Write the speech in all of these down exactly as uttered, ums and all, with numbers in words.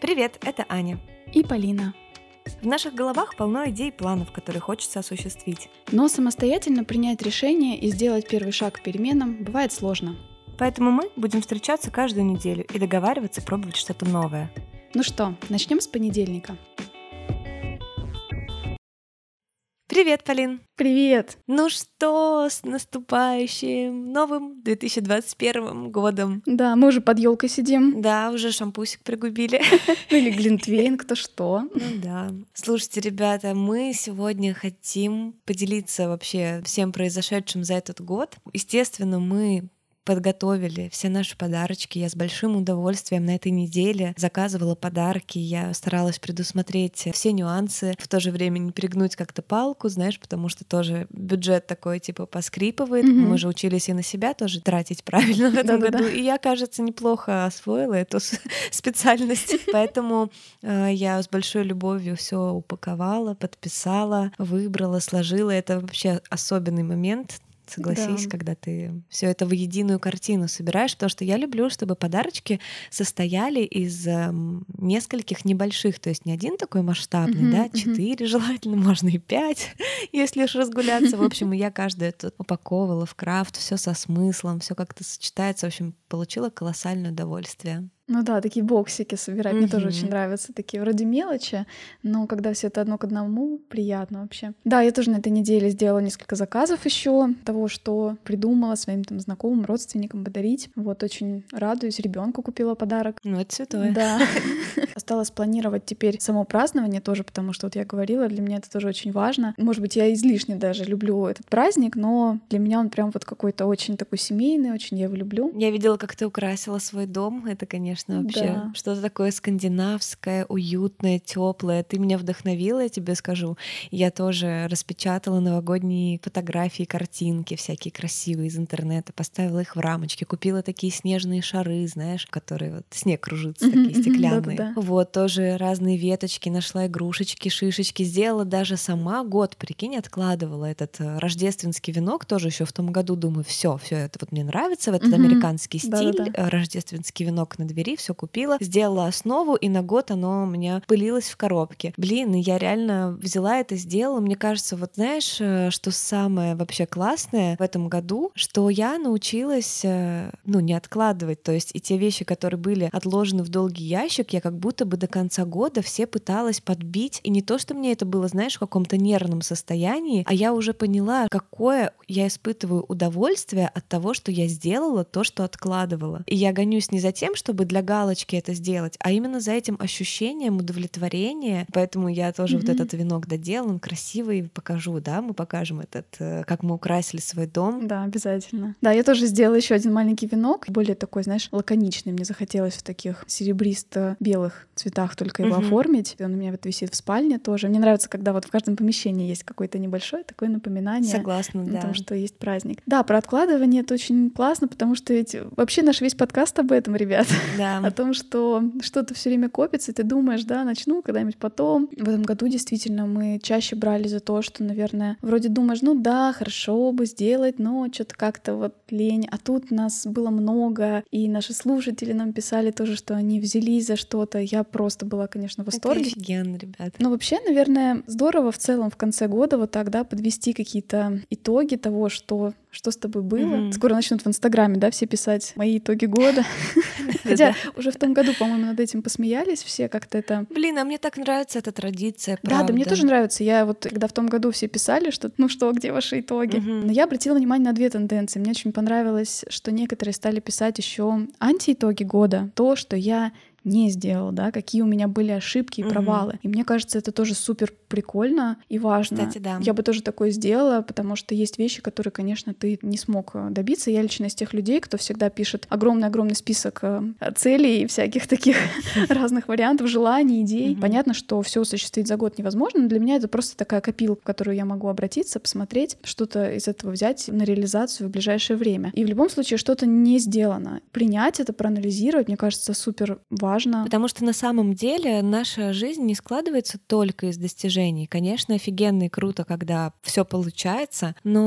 Привет, это Аня. И Полина. В наших головах полно идей и планов, которые хочется осуществить. Но самостоятельно принять решение и сделать первый шаг к переменам бывает сложно. Поэтому мы будем встречаться каждую неделю и договариваться пробовать что-то новое. Ну что, начнем с понедельника. Привет, Полин! Привет! Ну что, с наступающим новым две тысячи двадцать первым годом. Да, мы уже под елкой сидим. Да, уже шампусик пригубили. Ну или глинтвейн, кто что. Ну да. Слушайте, ребята, мы сегодня хотим поделиться вообще всем произошедшим за этот год. Естественно, мы подготовили все наши подарочки. Я с большим удовольствием на этой неделе заказывала подарки. Я старалась предусмотреть все нюансы, в то же время не перегнуть как-то палку, знаешь, потому что тоже бюджет такой типа поскрипывает. Mm-hmm. Мы же учились и на себя тоже тратить правильно в этом Да-да-да. году. И я, кажется, неплохо освоила эту специальность. Поэтому я с большой любовью все упаковала, подписала, выбрала, сложила. Это вообще особенный момент. Согласись, да. Когда ты все это в единую картину собираешь, потому что я люблю, чтобы подарочки состояли из э, нескольких небольших, то есть не один такой масштабный, uh-huh, да, четыре uh-huh. желательно, можно и пять, если уж разгуляться. В общем, я каждую эту упаковывала в крафт, все со смыслом, все как-то сочетается. В общем, получила колоссальное удовольствие. Ну да, такие боксики собирать, mm-hmm. мне тоже очень нравятся, такие вроде мелочи, но когда все это одно к одному, приятно вообще. Да, я тоже на этой неделе сделала несколько заказов еще того, что придумала своим там знакомым, родственникам подарить. Вот, очень радуюсь, ребенку купила подарок. Ну, это святое. Да. Осталось планировать теперь само празднование тоже, потому что вот я говорила, для меня это тоже очень важно. Может быть, я излишне даже люблю этот праздник, но для меня он прям вот какой-то очень такой семейный, очень я его люблю. Я видела, как ты украсила свой дом, это, конечно, вообще да. что-то такое скандинавское, уютное, теплое. Ты меня вдохновила, я тебе скажу. Я тоже распечатала новогодние фотографии, картинки всякие красивые из интернета, поставила их в рамочки, купила такие снежные шары, знаешь, которые вот снег кружится, mm-hmm, такие стеклянные. да-да-да. Вот, тоже разные веточки, нашла игрушечки, шишечки, сделала даже сама год, прикинь, откладывала этот рождественский венок, тоже еще в том году думаю, все, все это вот мне нравится, в этот mm-hmm. американский стиль, да-да-да. Рождественский венок на двери, все купила, сделала основу, и на год оно у меня пылилось в коробке. Блин, и я реально взяла это, сделала. Мне кажется, вот знаешь, что самое вообще классное в этом году, что я научилась, ну, не откладывать, то есть и те вещи, которые были отложены в долгий ящик, я как будто бы до конца года все пыталась подбить, и не то, что мне это было, знаешь, в каком-то нервном состоянии, а я уже поняла, какое я испытываю удовольствие от того, что я сделала то, что откладывала. И я гонюсь не за тем, чтобы для галочки это сделать, а именно за этим ощущением удовлетворения. Поэтому я тоже mm-hmm. вот этот венок доделала, он красивый, покажу, да, мы покажем этот, как мы украсили свой дом. Да, обязательно. Да, я тоже сделала еще один маленький венок, более такой, знаешь, лаконичный. Мне захотелось в таких серебристо-белых цветах только его mm-hmm. оформить. Он у меня вот висит в спальне тоже. Мне нравится, когда вот в каждом помещении есть какое-то небольшое такое напоминание. Согласна, да. О том, что есть праздник. Да, про откладывание это очень классно, потому что ведь вообще наш весь подкаст об этом, ребят. Да. О том, что что-то все время копится, и ты думаешь, да, начну когда-нибудь потом. В этом году действительно мы чаще брали за то, что, наверное, вроде думаешь, ну да, хорошо бы сделать, но что-то как-то вот лень. А тут нас было много, и наши слушатели нам писали тоже, что они взялись за что-то. Я просто была, конечно, в восторге. Это офигенно, ребята. Но вообще, наверное, здорово в целом в конце года вот тогда подвести какие-то итоги того, что что с тобой было. Mm-hmm. Скоро начнут в Инстаграме, да, все писать мои итоги года. Хотя уже в том году, по-моему, над этим посмеялись все как-то это. Блин, а мне так нравится эта традиция, Да, правда. да, мне тоже нравится. Я вот, когда в том году все писали, что ну что, где ваши итоги? Но я обратила внимание на две тенденции. Мне очень понравилось, что некоторые стали писать еще антиитоги года. То, что я не сделал, да, какие у меня были ошибки и провалы. Mm-hmm. И мне кажется, это тоже супер прикольно и важно. Кстати, да. Я бы тоже такое сделала, потому что есть вещи, которые, конечно, ты не смог добиться. Я лично из тех людей, кто всегда пишет огромный-огромный список целей и всяких таких разных вариантов, желаний, идей. Mm-hmm. Понятно, что все осуществить за год невозможно, но для меня это просто такая копилка, в которую я могу обратиться, посмотреть, что-то из этого взять на реализацию в ближайшее время. И в любом случае что-то не сделано. Принять это, проанализировать, мне кажется, супер важно. Потому что на самом деле наша жизнь не складывается только из достижений. Конечно, офигенно и круто, когда все получается, но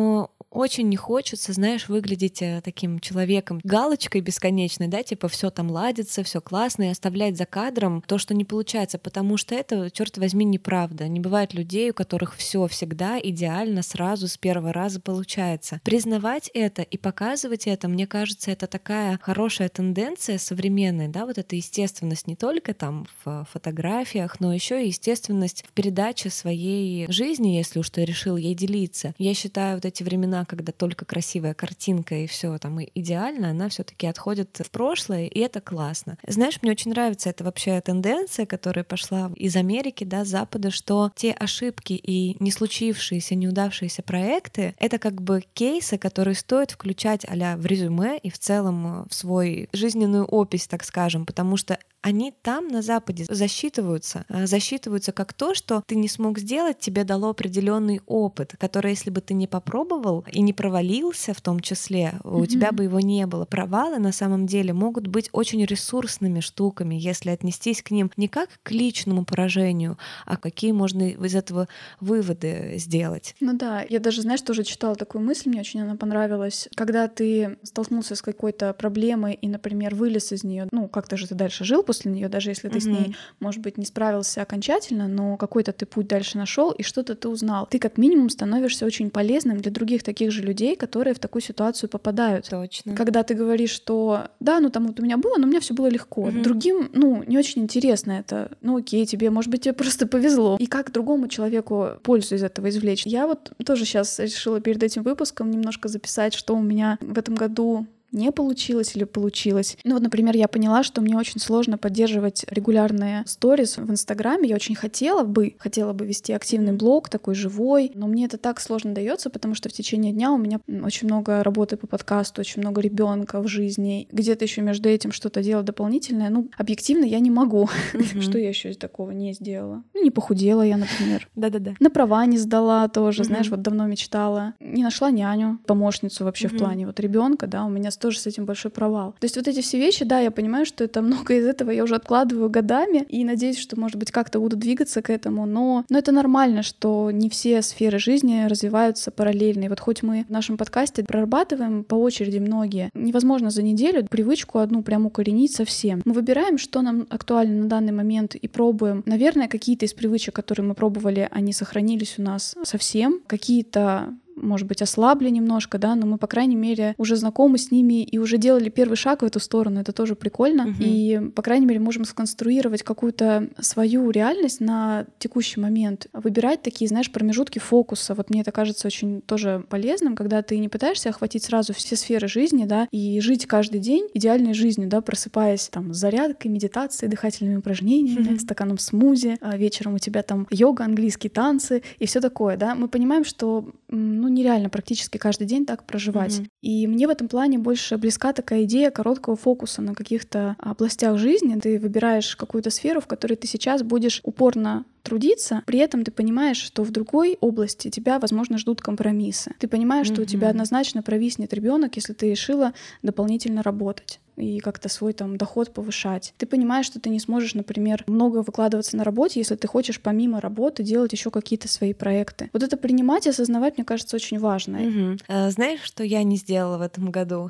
очень не хочется, знаешь, выглядеть э, таким человеком, галочкой бесконечной, да, типа все там ладится, все классно, и оставлять за кадром то, что не получается, потому что это, черт возьми, неправда. Не бывает людей, у которых все всегда идеально сразу с первого раза получается. Признавать это и показывать это, мне кажется, это такая хорошая тенденция современная, да, вот эта естественность не только там в фотографиях, но еще и естественность в передаче своей жизни, если уж ты решил ей делиться. Я считаю, вот эти времена, когда только красивая картинка и все там идеально, она все-таки отходит в прошлое, и это классно. Знаешь, мне очень нравится эта вообще тенденция, которая пошла из Америки, да, с Запада, что те ошибки и не случившиеся, неудавшиеся проекты — это как бы кейсы, которые стоит включать а-ля в резюме и в целом в свой жизненную опись, так скажем, потому что они там, на Западе, засчитываются. Засчитываются как то, что ты не смог сделать, тебе дало определенный опыт, который, если бы ты не попробовал и не провалился в том числе, у mm-hmm. тебя бы его не было. Провалы на самом деле могут быть очень ресурсными штуками, если отнестись к ним не как к личному поражению, а какие можно из этого выводы сделать. Ну да, я даже, знаешь, тоже читала такую мысль, мне очень она понравилась. Когда ты столкнулся с какой-то проблемой и, например, вылез из нее, ну, как-то же ты дальше жил после нее, даже если ты mm-hmm. с ней, может быть, не справился окончательно, но какой-то ты путь дальше нашел и что-то ты узнал. Ты как минимум становишься очень полезным для других таких же людей, которые в такую ситуацию попадают. Точно. Когда ты говоришь, что да, ну там вот у меня было, но у меня все было легко. Mm-hmm. Другим, ну, не очень интересно это. Ну окей, тебе, может быть, тебе просто повезло. И как другому человеку пользу из этого извлечь? Я вот тоже сейчас решила перед этим выпуском немножко записать, что у меня в этом году не получилось или получилось. Ну вот, например, я поняла, что мне очень сложно поддерживать регулярные сторис в Инстаграме. Я очень хотела бы, хотела бы вести активный блог, такой живой, но мне это так сложно дается, потому что в течение дня у меня очень много работы по подкасту, очень много ребенка в жизни. Где-то еще между этим что-то делать дополнительное. Ну, объективно я не могу. Что я еще такого не сделала? Ну, не похудела я, например. Да-да-да. На права не сдала тоже, знаешь, вот давно мечтала. Не нашла няню, помощницу вообще в плане вот ребенка, да, у меня тоже с этим большой провал. То есть вот эти все вещи, да, я понимаю, что это много из этого я уже откладываю годами и надеюсь, что, может быть, как-то буду двигаться к этому, но, но это нормально, что не все сферы жизни развиваются параллельно. И вот хоть мы в нашем подкасте прорабатываем по очереди многие, невозможно за неделю привычку одну прям укоренить совсем. Мы выбираем, что нам актуально на данный момент и пробуем. Наверное, какие-то из привычек, которые мы пробовали, они сохранились у нас совсем. Какие-то может быть, ослабли немножко, да, но мы, по крайней мере, уже знакомы с ними и уже делали первый шаг в эту сторону, это тоже прикольно, uh-huh. и, по крайней мере, можем сконструировать какую-то свою реальность на текущий момент, выбирать такие, знаешь, промежутки фокуса. Вот мне это кажется очень тоже полезным, когда ты не пытаешься охватить сразу все сферы жизни, да, и жить каждый день идеальной жизнью, да, просыпаясь там с зарядкой, медитацией, дыхательными упражнениями, uh-huh. стаканом смузи, а вечером у тебя там йога, английские танцы и все такое, да. Мы понимаем, что, ну, нереально практически каждый день так проживать. Mm-hmm. И мне в этом плане больше близка такая идея короткого фокуса на каких-то областях жизни. Ты выбираешь какую-то сферу, в которой ты сейчас будешь упорно трудиться, при этом ты понимаешь, что в другой области тебя, возможно, ждут компромиссы. Ты понимаешь, mm-hmm. что у тебя однозначно провиснет ребенок, если ты решила дополнительно работать и как-то свой там доход повышать. Ты понимаешь, что ты не сможешь, например, много выкладываться на работе, если ты хочешь помимо работы делать еще какие-то свои проекты. Вот это принимать и осознавать, мне кажется, очень важно. Угу. А, знаешь, что я не сделала в этом году?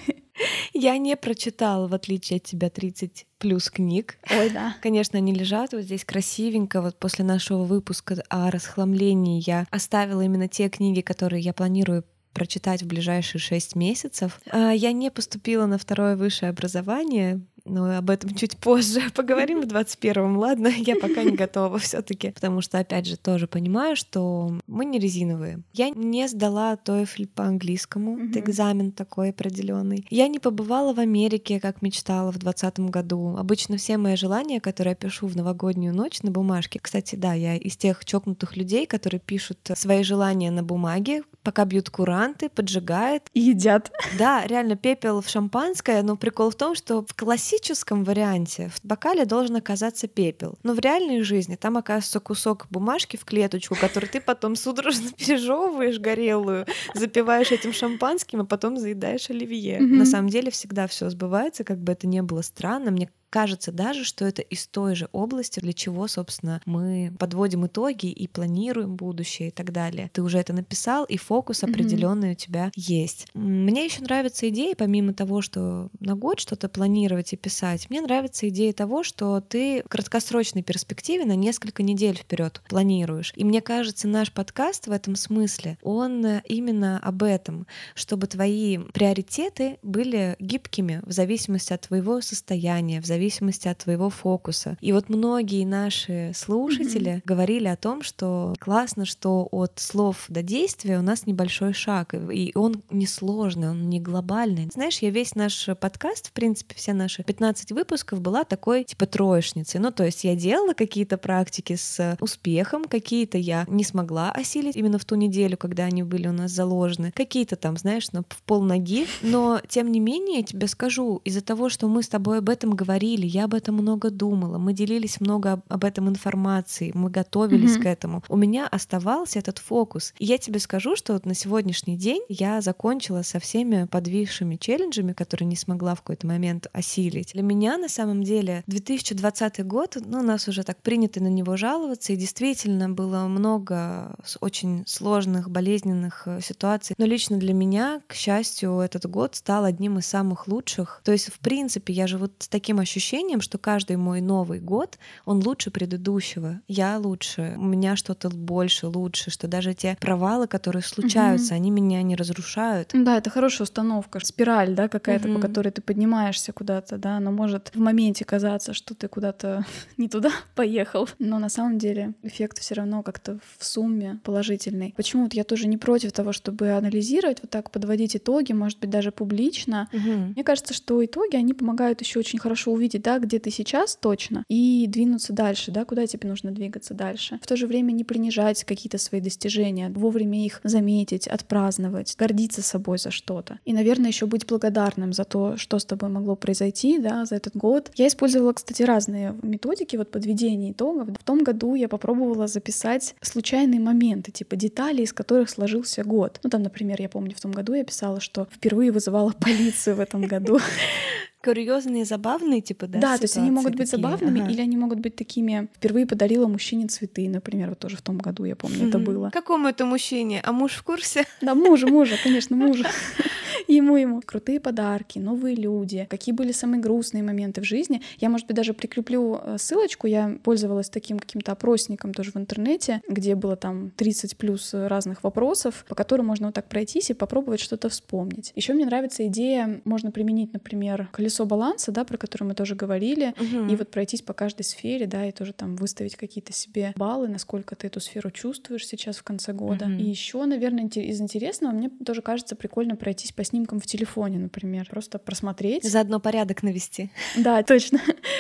Я не прочитала, в отличие от тебя, тридцать плюс книг. Ой, да. Конечно, они лежат вот здесь красивенько. Вот после нашего выпуска о расхламлении я оставила именно те книги, которые я планирую прочитать в ближайшие шесть месяцев. Я не поступила на второе высшее образование, но об этом чуть позже поговорим в двадцать первом, ладно? Я пока не готова все-таки, потому что, опять же, тоже понимаю, что мы не резиновые. Я не сдала TOEFL по-английскому, mm-hmm. это экзамен такой определенный. Я не побывала в Америке, как мечтала в двадцатом году. Обычно все мои желания, которые я пишу в новогоднюю ночь на бумажке, кстати, да, я из тех чокнутых людей, которые пишут свои желания на бумаге, пока бьют куранты, поджигают. И едят. Да, реально, пепел в шампанское, но прикол в том, что в классическом варианте в бокале должен оказаться пепел. Но в реальной жизни там оказывается кусок бумажки в клеточку, который ты потом судорожно пережевываешь горелую, запиваешь этим шампанским, а потом заедаешь оливье. Mm-hmm. На самом деле всегда все сбывается, как бы это ни было странно. Мне кажется даже, что это из той же области, для чего, собственно, мы подводим итоги и планируем будущее и так далее. Ты уже это написал, и фокус определенный mm-hmm. у тебя есть. Мне еще нравится идея, помимо того, что на год что-то планировать и писать, мне нравится идея того, что ты в краткосрочной перспективе на несколько недель вперед планируешь. И мне кажется, наш подкаст в этом смысле, он именно об этом, чтобы твои приоритеты были гибкими в зависимости от твоего состояния, в зависимости от твоего фокуса. И вот многие наши слушатели mm-hmm. говорили о том, что классно, что от слов до действия у нас небольшой шаг, и он несложный, он не глобальный. Знаешь, я весь наш подкаст, в принципе, все наши пятнадцать выпусков была такой типа троечницей. Ну, то есть я делала какие-то практики с успехом, какие-то я не смогла осилить именно в ту неделю, когда они были у нас заложены, какие-то там, знаешь, ну, в полноги. Но, тем не менее, я тебе скажу, из-за того, что мы с тобой об этом говорили, я об этом много думала, мы делились много об этом информацией, мы готовились mm-hmm. к этому, у меня оставался этот фокус. И я тебе скажу, что вот на сегодняшний день я закончила со всеми подвисшими челленджами, которые не смогла в какой-то момент осилить. Для меня, на самом деле, две тысячи двадцатый год, ну, у нас уже так принято на него жаловаться, и действительно было много очень сложных, болезненных ситуаций. Но лично для меня, к счастью, этот год стал одним из самых лучших. То есть, в принципе, я живу с таким ощущением, что каждый мой новый год, он лучше предыдущего. Я лучше, у меня что-то больше, лучше, что даже те провалы, которые случаются, mm-hmm. они меня не разрушают. Да, это хорошая установка. Спираль, да, какая-то, mm-hmm. по которой ты поднимаешься куда-то, да, но может в моменте казаться, что ты куда-то не туда поехал, но на самом деле эффект все равно как-то в сумме положительный. Почему вот я тоже не против того, чтобы анализировать, вот так подводить итоги, может быть, даже публично. Mm-hmm. Мне кажется, что итоги, они помогают еще очень хорошо увидеть, да, где ты сейчас точно, и двинуться дальше, да, куда тебе нужно двигаться дальше. В то же время не принижать какие-то свои достижения, вовремя их заметить, отпраздновать, гордиться собой за что-то. И, наверное, еще быть благодарным за то, что с тобой могло произойти, да, за этот год. Я использовала, кстати, разные методики вот подведения итогов. В том году я попробовала записать случайные моменты, типа детали, из которых сложился год. Ну, там, например, я помню, в том году я писала, что впервые вызывала полицию в этом году. Курьезные, забавные, типа, да? Да, то есть они могут быть такие забавными, ага. или они могут быть такими. Впервые подарила мужчине цветы, например, вот тоже в том году, я помню, mm-hmm. это было. Какому это мужчине? А муж в курсе? Да, мужу, мужу, конечно, мужу. Ему, ему. Крутые подарки, новые люди, какие были самые грустные моменты в жизни. Я, может быть, даже прикреплю ссылочку. Я пользовалась таким каким-то опросником тоже в интернете, где было там тридцать плюс разных вопросов, по которым можно вот так пройтись и попробовать что-то вспомнить. Еще мне нравится идея, можно применить, например, колесо баланса, да, про которое мы тоже говорили, угу. и вот пройтись по каждой сфере, да, и тоже там выставить какие-то себе баллы, насколько ты эту сферу чувствуешь сейчас в конце года. Угу. И еще, наверное, из интересного, мне тоже кажется прикольно пройтись по снимкам в телефоне, например. Просто просмотреть. Заодно порядок навести. Да, точно.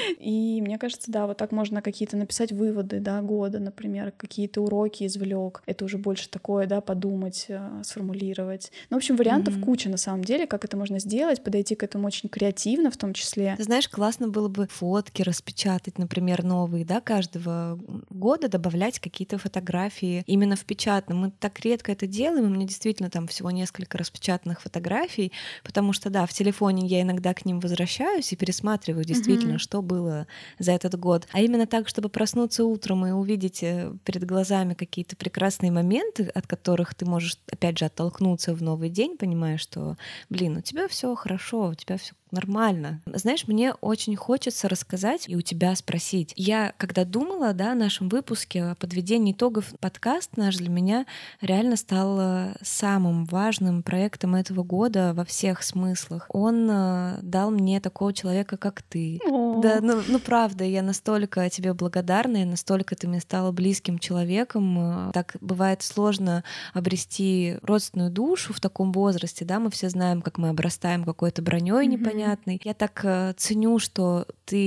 И мне кажется, да, вот так можно какие-то написать выводы, да, года, например, какие-то уроки извлек. Это уже больше такое, да, подумать, сформулировать. Ну, в общем, вариантов mm-hmm. куча на самом деле, как это можно сделать, подойти к этому очень креативно в том числе. Ты знаешь, классно было бы фотки распечатать, например, новые, да, каждого года добавлять какие-то фотографии именно в печатном. Мы так редко это делаем, у меня действительно там всего несколько распечатанных фотографий, потому что, да, в телефоне я иногда к ним возвращаюсь и пересматриваю действительно, mm-hmm. что было за этот год. А именно так, чтобы проснуться утром и увидеть перед глазами какие-то прекрасные моменты, от которых ты можешь, опять же, оттолкнуться в новый день, понимая, что, блин, у тебя все хорошо, у тебя все нормально. Знаешь, мне очень хочется рассказать и у тебя спросить. Я, когда думала, да, о нашем выпуске, о подведении итогов, подкаст наш для меня реально стал самым важным проектом этого года во всех смыслах. Он э, дал мне такого человека, как ты. О. Да, ну, ну правда, я настолько тебе благодарна, и настолько ты мне стала близким человеком. Так бывает сложно обрести родственную душу в таком возрасте, да, мы все знаем, как мы обрастаем какой-то броней mm-hmm. непонятной. Я так э, ценю, что ты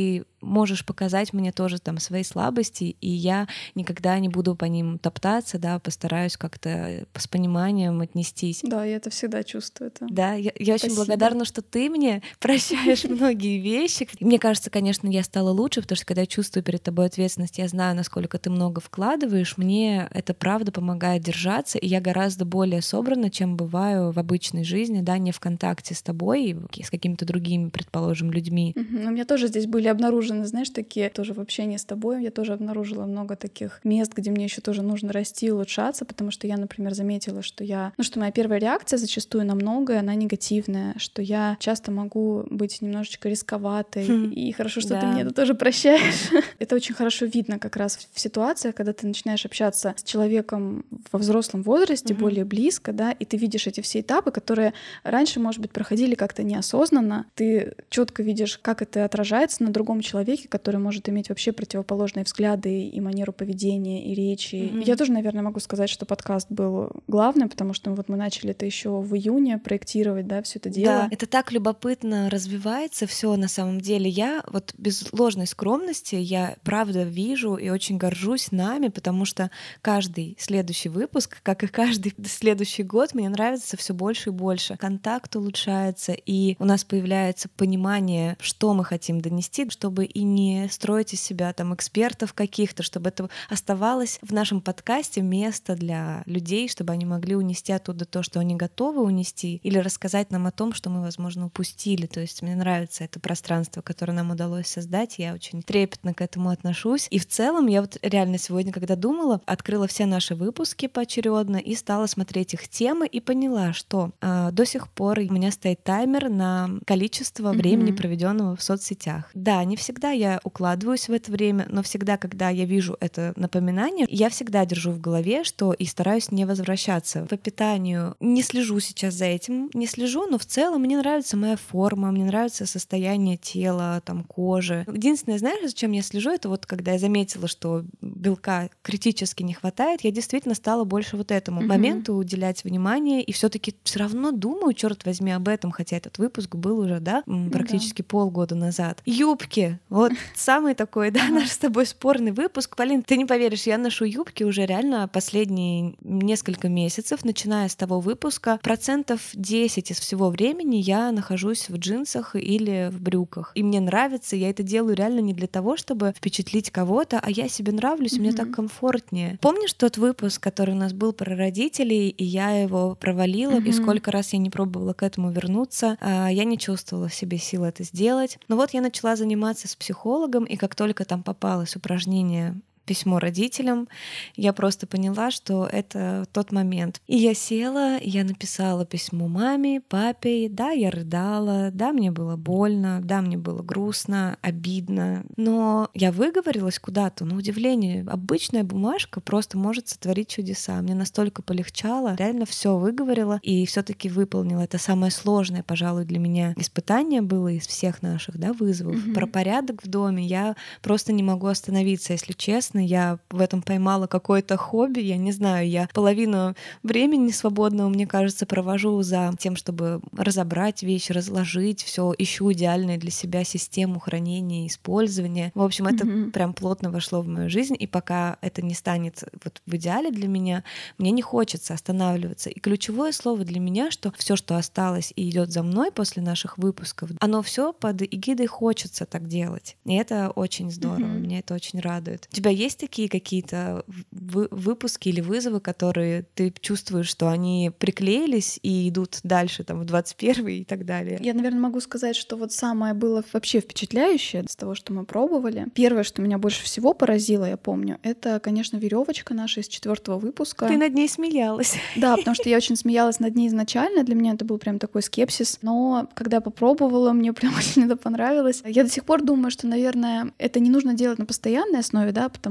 можешь показать мне тоже там свои слабости, и я никогда не буду по ним топтаться, да, постараюсь как-то с пониманием отнестись. Да, я это всегда чувствую. Это... Да, я, я очень Спасибо. благодарна, что ты мне прощаешь многие вещи. Мне кажется, конечно, я стала лучше, потому что когда я чувствую перед тобой ответственность, я знаю, насколько ты много вкладываешь, мне это правда помогает держаться, и я гораздо более собрана, чем бываю в обычной жизни, да, не в контакте с тобой, с какими-то другими, предположим, людьми. Uh-huh. У меня тоже здесь были обнаружены, знаешь, такие тоже в общении с тобой, я тоже обнаружила много таких мест, где мне еще тоже нужно расти и улучшаться, потому что я, например, заметила, что я, ну, что моя первая реакция зачастую на многое, она негативная, что я часто могу быть немножечко рисковатой, хм. И хорошо, что да. ты мне это тоже прощаешь. Это очень хорошо видно как раз в ситуациях, когда ты начинаешь общаться с человеком во взрослом возрасте, uh-huh. более близко, да, и ты видишь эти все этапы, которые раньше, может быть, проходили как-то неосознанно. Ты четко видишь, как это отражается на другом человеке, который может иметь вообще противоположные взгляды и манеру поведения, и речи. Uh-huh. Я тоже, наверное, могу сказать, что подкаст был главным, потому что вот мы начали это еще в июне проектировать, да, все это дело. Да, это так любопытно развивается все на самом деле. Я вот без ложной скромности, я правда вижу и очень горжусь нами, потому что каждый следующий выпуск, как и каждый следующий год, мне нравится все больше и больше. Контакт улучшается, и у нас появляется понимание, что мы хотим донести, чтобы и не строить из себя там экспертов каких-то, чтобы это оставалось в нашем подкасте место для людей, чтобы они могли унести оттуда то, что они готовы унести, или рассказать нам о том, что мы, возможно, упустили. То есть мне нравится это пространство, которое нам удалось создать. Я очень трепетно к этому отношусь. И в целом я вот реально сегодня, когда думала, открыла все наши выпуски поочередно и стала смотреть их темы и поняла, что э, до сих пор у меня стоит таймер на количество mm-hmm. времени, проведенного в соцсетях. Да, не всегда я укладываюсь в это время, но всегда, когда я вижу это напоминание, я всегда держу в голове, что и стараюсь не возвращаться. По питанию не слежу сейчас за этим, не слежу, но в целом мне нравится моя форма, мне нравится состояние тела, там, кожи. Единственное, знаешь, зачем я слежу, это вот когда я заметила, что белка критически не хватает, я действительно стала больше вот этому mm-hmm. моменту уделять внимание, и все-таки все равно думаю, черт возьми, об этом, хотя этот выпуск был уже, да, практически mm-hmm. полгода назад. Юбки, вот самый такой, да, наш с тобой спорный выпуск. Полин, ты не поверишь, я ношу юбки уже реально последние несколько месяцев, начиная с того выпуска, процентов десять из всего времени я нахожусь в джинсах или в брюках. И мне нравится, я это делаю реально не для того, чтобы впечатлить кого-то, а я себе нравлюсь, mm-hmm. мне так комфортнее. Помнишь тот выпуск, который у нас был про родителей, и я его провалила, mm-hmm. и сколько раз я не пробовала к этому вернуться, я не чувствовала в себе сил это сделать. Но вот я начала заниматься с психологом, и как только там попалось упражнение письмо родителям, я просто поняла, что это тот момент. И я села, я написала письмо маме, папе, да, я рыдала, да, мне было больно, да, мне было грустно, обидно, но я выговорилась куда-то, на удивление, обычная бумажка просто может сотворить чудеса. Мне настолько полегчало, реально все выговорила и все-таки выполнила. Это самое сложное, пожалуй, для меня испытание было из всех наших, да, вызовов. Mm-hmm. Про порядок в доме я просто не могу остановиться, если честно. Я в этом поймала какое-то хобби, я не знаю, я половину времени свободного, мне кажется, провожу за тем, чтобы разобрать вещи, разложить, все, ищу идеальную для себя систему хранения и использования. В общем, это mm-hmm. прям плотно вошло в мою жизнь, и пока это не станет вот в идеале для меня, мне не хочется останавливаться. И ключевое слово для меня, что все, что осталось и идет за мной после наших выпусков, оно все под эгидой хочется так делать. И это очень здорово, mm-hmm. меня это очень радует. У тебя есть такие какие-то вы- выпуски или вызовы, которые ты чувствуешь, что они приклеились и идут дальше, там, в двадцать первый и так далее? Я, наверное, могу сказать, что вот самое было вообще впечатляющее из того, что мы пробовали. Первое, что меня больше всего поразило, я помню, это, конечно, веревочка наша из четвертого выпуска. Ты над ней смеялась. Да, потому что я очень смеялась над ней изначально. Для меня это был прям такой скепсис. Но когда попробовала, мне прям очень это понравилось. Я до сих пор думаю, что, наверное, это не нужно делать на постоянной основе, да, потому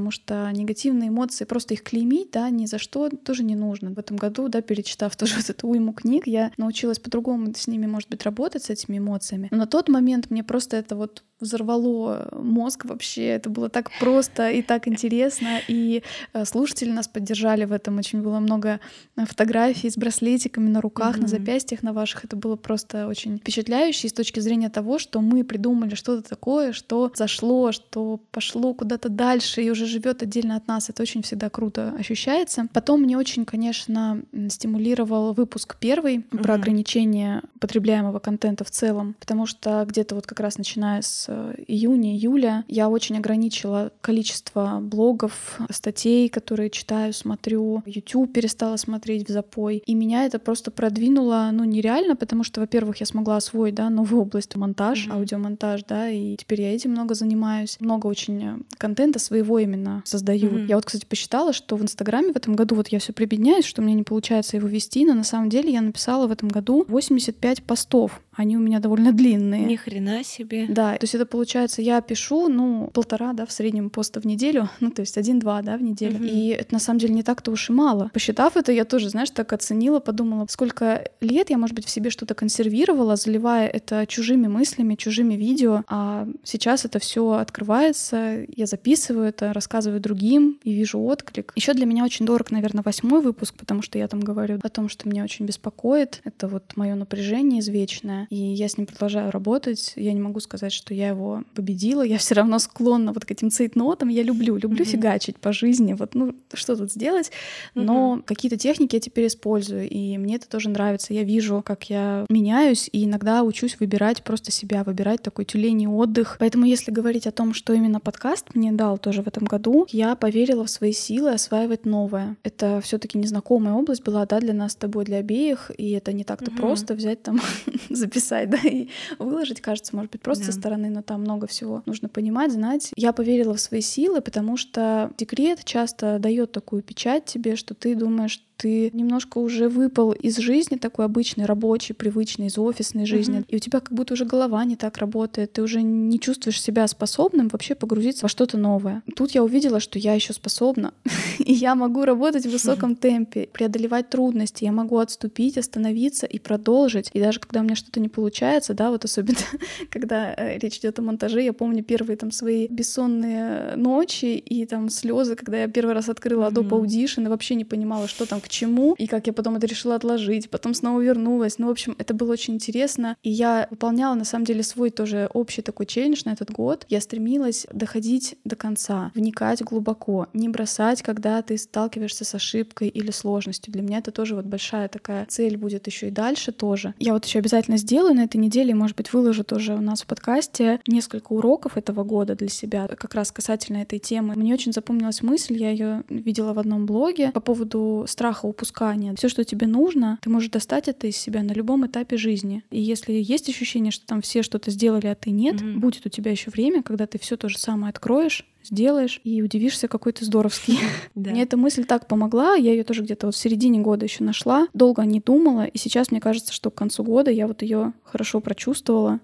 потому что негативные эмоции, просто их клеймить, да, ни за что тоже не нужно. В этом году, да, перечитав тоже вот эту уйму книг, я научилась по-другому с ними, может быть, работать, с этими эмоциями. Но на тот момент мне просто это вот взорвало мозг вообще. Это было так просто и так интересно. И слушатели нас поддержали в этом. Очень было много фотографий с браслетиками на руках, mm-hmm. на запястьях на ваших. Это было просто очень впечатляюще. И с точки зрения того, что мы придумали что-то такое, что зашло, что пошло куда-то дальше и уже живет отдельно от нас. Это очень всегда круто ощущается. Потом мне очень, конечно, стимулировал выпуск первый mm-hmm. про ограничение потребляемого контента в целом, потому что где-то вот как раз начиная с июня-июля я очень ограничила количество блогов, статей, которые читаю, смотрю. YouTube перестала смотреть в запой. И меня это просто продвинуло, ну, нереально, потому что, во-первых, я смогла освоить, да, новую область — монтаж, mm-hmm. аудиомонтаж, да, и теперь я этим много занимаюсь. Много очень контента своего именно создаю. Mm-hmm. Я вот, кстати, посчитала, что в Инстаграме в этом году вот я все прибедняюсь, что мне не получается его вести, но на самом деле я написала в этом году восемьдесят пять постов. Они у меня довольно длинные. Ни хрена себе. Да, то есть это получается, я пишу, ну, полтора, да, в среднем поста в неделю, ну, то есть один-два, да, в неделю. Mm-hmm. И это на самом деле не так-то уж и мало. Посчитав это, я тоже, знаешь, так оценила, подумала, сколько лет я, может быть, в себе что-то консервировала, заливая это чужими мыслями, чужими видео, а сейчас это все открывается, я записываю это, рассказываю другим и вижу отклик. Еще для меня очень дорог, наверное, восьмой выпуск, потому что я там говорю о том, что меня очень беспокоит. Это вот мое напряжение извечное, и я с ним продолжаю работать. Я не могу сказать, что я его победила. Я все равно склонна вот к этим цейтнотам. Я люблю, люблю mm-hmm. фигачить по жизни. Вот, ну, что тут сделать? Но mm-hmm. какие-то техники я теперь использую, и мне это тоже нравится. Я вижу, как я меняюсь, и иногда учусь выбирать просто себя, выбирать такой тюленей отдых. Поэтому если говорить о том, что именно подкаст мне дал тоже в этом году, я поверила в свои силы осваивать новое. Это все таки незнакомая область была, да, для нас с тобой, для обеих, и это не так-то mm-hmm. просто взять там, записать, да, и выложить, кажется, может быть, просто yeah. со стороны, но там много всего нужно понимать, знать. Я поверила в свои силы, потому что декрет часто дает такую печать тебе, что ты думаешь, ты немножко уже выпал из жизни такой обычной, рабочей, привычной, из офисной жизни, mm-hmm. и у тебя как будто уже голова не так работает, ты уже не чувствуешь себя способным вообще погрузиться во что-то новое. Тут я увидела, что я еще способна, и я могу работать в высоком темпе, преодолевать трудности, я могу отступить, остановиться и продолжить. И даже когда у меня что-то не получается, да, вот особенно когда э, речь идет о монтаже, я помню первые там свои бессонные ночи и там слезы, когда я первый раз открыла Adobe Audition и вообще не понимала, что там к чему, и как я потом это решила отложить, потом снова вернулась. Ну, в общем, это было очень интересно. И я выполняла, на самом деле, свой тоже общий такой челлендж на этот год. Я стремилась доходить до конца, вникать глубоко, не бросать, когда ты сталкиваешься с ошибкой или сложностью. Для меня это тоже вот большая такая цель будет еще и дальше тоже. Я вот еще обязательно сделаю на этой неделе, может быть, выложу тоже у нас в подкасте несколько уроков этого года для себя, как раз касательно этой темы. Мне очень запомнилась мысль, я ее видела в одном блоге по поводу страха упускания. Все, что тебе нужно, ты можешь достать это из себя на любом этапе жизни. И если есть ощущение, что там все что-то сделали, а ты нет, mm-hmm. будет у тебя еще время, когда ты все то же самое откроешь, сделаешь и удивишься, какой ты здоровский. Мне эта мысль так помогла, я ее тоже где-то вот в середине года еще нашла, долго не думала, и сейчас мне кажется, что к концу года я вот ее хорошо прочувствовала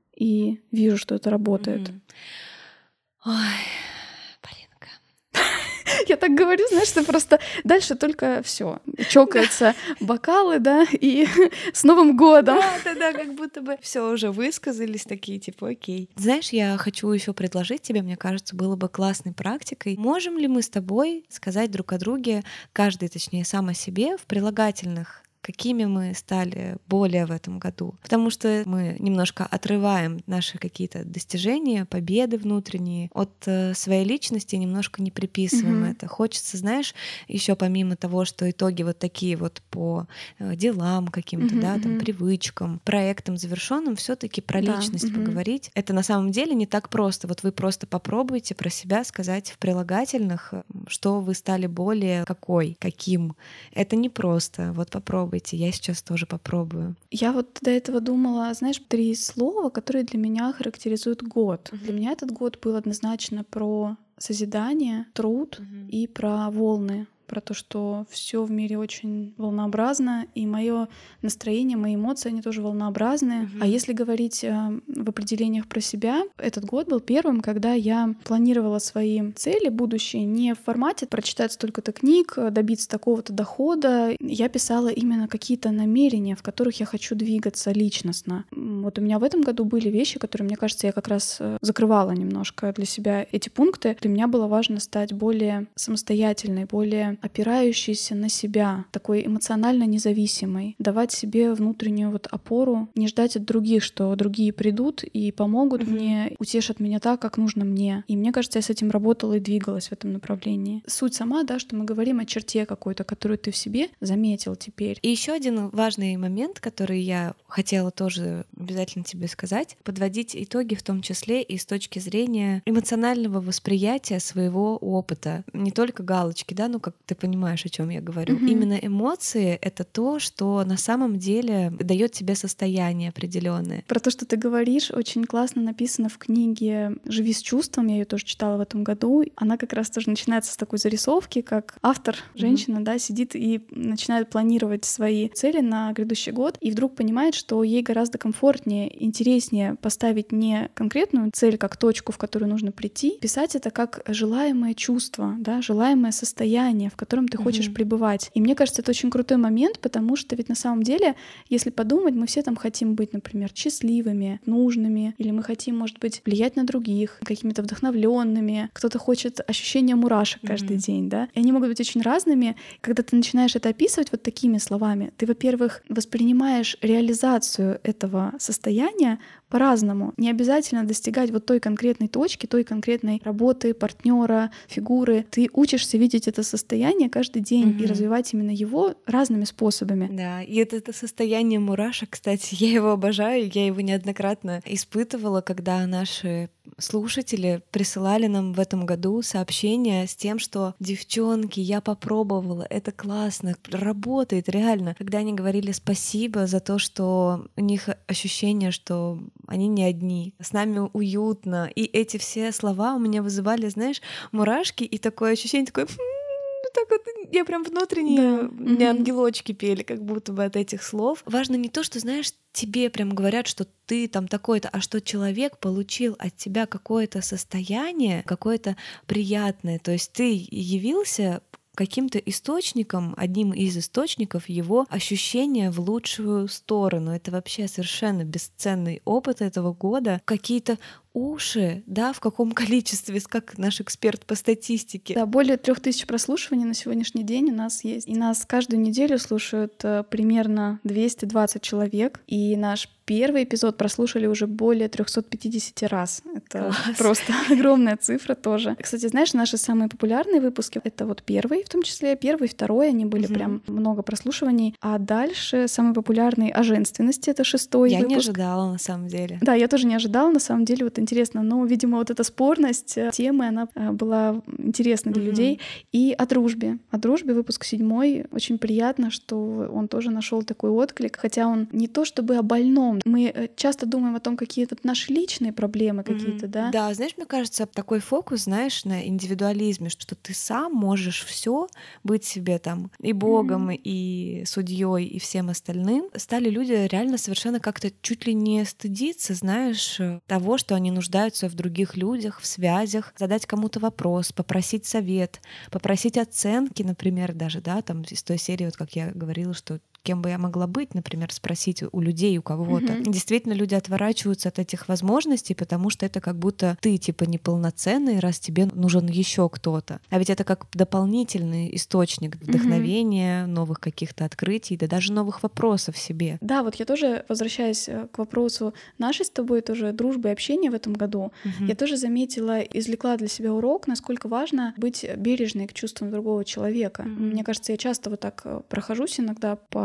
и вижу, что это работает. Ой. Я так говорю, знаешь, что просто дальше только все чокаются бокалы, да, и с Новым годом. Да, да, да, как будто бы все уже высказались, такие типа окей. Знаешь, я хочу еще предложить тебе, мне кажется, было бы классной практикой. Можем ли мы с тобой сказать друг о друге, каждый, точнее, сам о себе в прилагательных, какими мы стали более в этом году. Потому что мы немножко отрываем наши какие-то достижения, победы внутренние от э, своей личности, немножко не приписываем mm-hmm. это. Хочется, знаешь, еще помимо того, что итоги вот такие вот по э, делам каким-то, mm-hmm. да, там, привычкам, проектам завершенным, все-таки про да. личность mm-hmm. поговорить. Это на самом деле не так просто. Вот вы просто попробуйте про себя сказать в прилагательных, что вы стали более какой, каким. Это не просто. Вот попробуйте. Я сейчас тоже попробую. Я вот до этого думала, знаешь, три слова, которые для меня характеризуют год. Mm-hmm. Для меня этот год был однозначно про созидание, труд mm-hmm. и про волны. про то, что все в мире очень волнообразно, и мое настроение, мои эмоции, они тоже волнообразные. Mm-hmm. А если говорить э, в определениях про себя, этот год был первым, когда я планировала свои цели будущие не в формате прочитать столько-то книг, добиться такого-то дохода. Я писала именно какие-то намерения, в которых я хочу двигаться личностно. Вот у меня в этом году были вещи, которые, мне кажется, я как раз закрывала немножко для себя эти пункты. Для меня было важно стать более самостоятельной, более опирающейся на себя, такой эмоционально независимой, давать себе внутреннюю вот опору, не ждать от других, что другие придут и помогут mm-hmm. мне, утешат меня так, как нужно мне. И мне кажется, я с этим работала и двигалась в этом направлении. Суть сама, да, что мы говорим о черте какой-то, которую ты в себе заметил теперь. И еще один важный момент, который я хотела тоже обязательно тебе сказать, подводить итоги в том числе и с точки зрения эмоционального восприятия своего опыта. Не только галочки, да, ну как ты понимаешь, о чем я говорю. Mm-hmm. Именно эмоции — это то, что на самом деле дает тебе состояние определенное. Про то, что ты говоришь, очень классно написано в книге «Живи с чувством», я ее тоже читала в этом году. Она как раз тоже начинается с такой зарисовки, как автор, женщина, mm-hmm. да, сидит и начинает планировать свои цели на грядущий год, и вдруг понимает, что ей гораздо комфортнее, интереснее поставить не конкретную цель как точку, в которую нужно прийти, писать это как желаемое чувство, да, желаемое состояние, в котором ты хочешь mm-hmm. пребывать. И мне кажется, это очень крутой момент, потому что ведь на самом деле, если подумать, мы все там хотим быть, например, счастливыми, нужными, или мы хотим, может быть, влиять на других, какими-то вдохновленными. Кто-то хочет ощущения мурашек каждый mm-hmm. день, да. И они могут быть очень разными. Когда ты начинаешь это описывать вот такими словами, ты, во-первых, воспринимаешь реализацию этого состояния по-разному. Не обязательно достигать вот той конкретной точки, той конкретной работы, партнера, фигуры. Ты учишься видеть это состояние каждый день mm-hmm. и развивать именно его разными способами. Да, и это, это состояние мурашек, кстати, я его обожаю, я его неоднократно испытывала, когда наши слушатели присылали нам в этом году сообщения с тем, что девчонки, я попробовала, это классно, работает реально. Когда они говорили спасибо за то, что у них ощущение, что они не одни, с нами уютно. И эти все слова у меня вызывали, знаешь, мурашки и такое ощущение, такое... Так вот, я прям внутренне, да. мне mm-hmm. ангелочки пели, как будто бы от этих слов. Важно не то, что, знаешь, тебе прям говорят, что ты там такой-то, а что человек получил от тебя какое-то состояние, какое-то приятное. То есть ты явился каким-то источником, одним из источников его ощущения в лучшую сторону. Это вообще совершенно бесценный опыт этого года. Какие-то уши, да, в каком количестве, как наш эксперт по статистике. Да, более трех тысяч прослушиваний на сегодняшний день у нас есть. И нас каждую неделю слушают примерно двести двадцать человек. И наш первый эпизод прослушали уже более триста пятьдесят раз. Это Класс. Просто огромная цифра тоже. Кстати, знаешь, наши самые популярные выпуски — это вот первый, в том числе первый, второй, они были угу. прям много прослушиваний. А дальше самый популярный о женственности — это шестой я выпуск. Я не ожидала, на самом деле. Да, я тоже не ожидала, на самом деле, вот интересно. Но, видимо, вот эта спорность темы, она была интересна для mm-hmm. людей. И о дружбе. О дружбе выпуск седьмой. Очень приятно, что он тоже нашел такой отклик. Хотя он не то чтобы о больном. Мы часто думаем о том, какие-то наши личные проблемы mm-hmm. какие-то, да? Да, знаешь, мне кажется, такой фокус, знаешь, на индивидуализме, что ты сам можешь все быть себе там и богом, mm-hmm. и судьей, и всем остальным. Стали люди реально совершенно как-то чуть ли не стыдиться, знаешь, того, что они нуждаются в других людях, в связях, задать кому-то вопрос, попросить совет, попросить оценки, например, даже, да, там из той серии, вот как я говорила, что кем бы я могла быть, например, спросить у людей, у кого-то. Mm-hmm. Действительно, люди отворачиваются от этих возможностей, потому что это как будто ты типа неполноценный, раз тебе нужен еще кто-то. А ведь это как дополнительный источник вдохновения, mm-hmm. новых каких-то открытий, да даже новых вопросов себе. Да, вот я тоже, возвращаясь к вопросу нашей с тобой тоже дружбы и общения в этом году, mm-hmm. я тоже заметила, извлекла для себя урок, насколько важно быть бережной к чувствам другого человека. Mm-hmm. Мне кажется, я часто вот так прохожусь иногда по